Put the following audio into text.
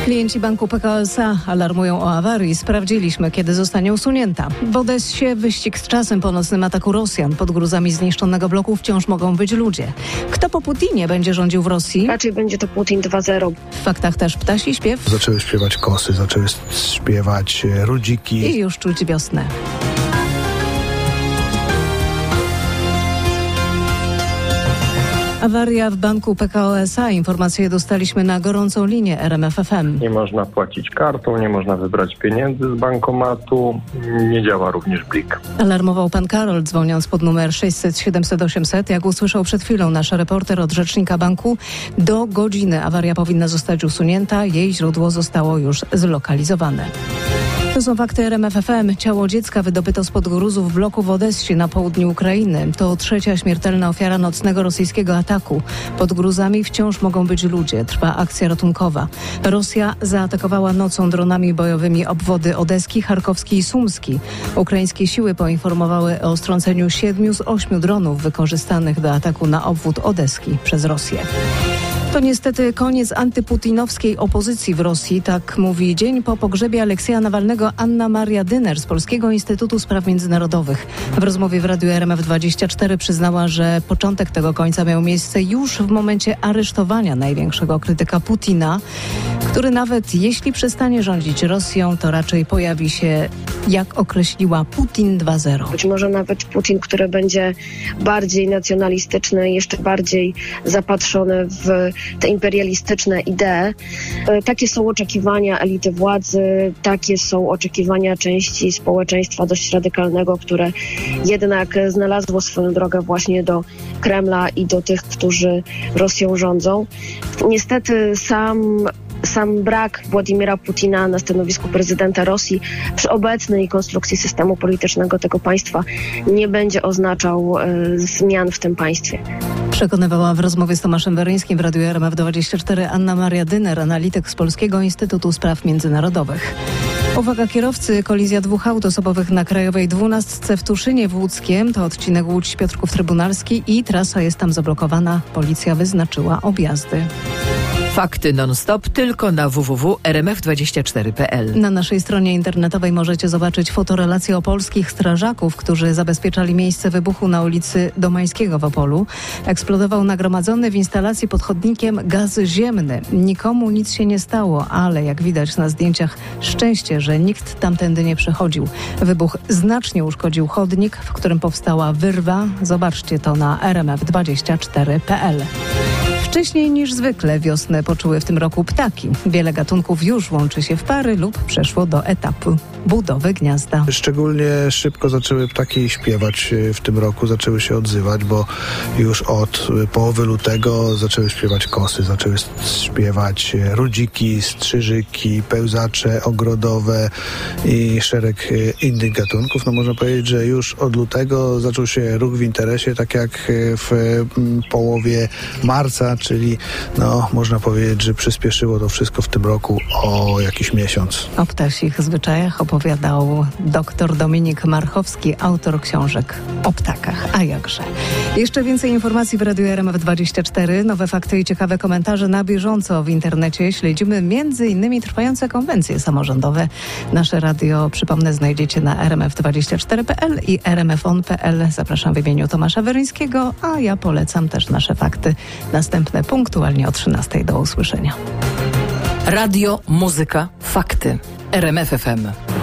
Klienci banku PKO SA alarmują o awarii. Sprawdziliśmy, kiedy zostanie usunięta. W Odessie wyścig z czasem po nocnym ataku Rosjan. Pod gruzami zniszczonego bloku wciąż mogą być ludzie. Kto po Putinie będzie rządził w Rosji? Raczej będzie to Putin 2.0. W faktach też ptasi śpiew. Zaczęły śpiewać kosy, zaczęły śpiewać rudziki. I już czuć wiosnę. Awaria w banku PKO SA. Informacje dostaliśmy na gorącą linię RMF FM. Nie można płacić kartą, nie można wybrać pieniędzy z bankomatu, nie działa również Blik. Alarmował pan Karol, dzwoniąc pod numer 600 700 800. Jak usłyszał przed chwilą nasz reporter od rzecznika banku, do godziny awaria powinna zostać usunięta. Jej źródło zostało już zlokalizowane. To są fakty RMF FM. Ciało dziecka wydobyto spod gruzów w bloku w Odessie na południu Ukrainy. To trzecia śmiertelna ofiara nocnego rosyjskiego ataku. Pod gruzami wciąż mogą być ludzie. Trwa akcja ratunkowa. Rosja zaatakowała nocą dronami bojowymi obwody Odeski, Charkowski i Sumski. Ukraińskie siły poinformowały o strąceniu 7 z 8 dronów wykorzystanych do ataku na obwód Odeski przez Rosję. To niestety koniec antyputinowskiej opozycji w Rosji, tak mówi dzień po pogrzebie Aleksieja Nawalnego Anna Maria Dyner z Polskiego Instytutu Spraw Międzynarodowych. W rozmowie w radiu RMF24 przyznała, że początek tego końca miał miejsce już w momencie aresztowania największego krytyka Putina, który nawet jeśli przestanie rządzić Rosją, to raczej pojawi się, jak określiła, Putin 2.0. Być może nawet Putin, który będzie bardziej nacjonalistyczny, jeszcze bardziej zapatrzony w te imperialistyczne idee. Takie są oczekiwania elity władzy, takie są oczekiwania części społeczeństwa dość radykalnego, które jednak znalazło swoją drogę właśnie do Kremla i do tych, którzy Rosją rządzą. Niestety sam brak Władimira Putina na stanowisku prezydenta Rosji przy obecnej konstrukcji systemu politycznego tego państwa nie będzie oznaczał zmian w tym państwie. Przekonywała w rozmowie z Tomaszem Weryńskim w radiu RMF24 Anna Maria Dyner, analityk z Polskiego Instytutu Spraw Międzynarodowych. Uwaga kierowcy, kolizja dwóch aut osobowych na Krajowej 12 w Tuszynie w Łódzkiem. To odcinek Łódź-Piotrków Trybunalski i trasa jest tam zablokowana. Policja wyznaczyła objazdy. Fakty non-stop tylko na www.rmf24.pl. Na naszej stronie internetowej możecie zobaczyć fotorelacje opolskich strażaków, którzy zabezpieczali miejsce wybuchu na ulicy Domańskiego w Opolu. Eksplodował nagromadzony w instalacji pod chodnikiem gaz ziemny. Nikomu nic się nie stało, ale jak widać na zdjęciach, szczęście, że nikt tamtędy nie przechodził. Wybuch znacznie uszkodził chodnik, w którym powstała wyrwa. Zobaczcie to na rmf24.pl. Wcześniej niż zwykle wiosnę poczuły w tym roku ptaki. Wiele gatunków już łączy się w pary lub przeszło do etapu budowy gniazda. Szczególnie szybko zaczęły ptaki śpiewać w tym roku, zaczęły się odzywać, bo już od połowy lutego zaczęły śpiewać kosy, zaczęły śpiewać rudziki, strzyżyki, pełzacze ogrodowe i szereg innych gatunków. No można powiedzieć, że już od lutego zaczął się ruch w interesie, tak jak w połowie marca, czyli można powiedzieć, że przyspieszyło to wszystko w tym roku o jakiś miesiąc. O ptasich zwyczajach opowiadał dr Dominik Marchowski, autor książek o ptakach. A jakże. Jeszcze więcej informacji w radiu RMF24, nowe fakty i ciekawe komentarze na bieżąco w internecie. Śledzimy m.in. trwające konwencje samorządowe. Nasze radio, przypomnę, znajdziecie na rmf24.pl i rmfon.pl. Zapraszam w imieniu Tomasza Weryńskiego, a ja polecam też nasze fakty. Następne punktualnie o 13:00. Do usłyszenia. Radio, muzyka, fakty. RMF FM.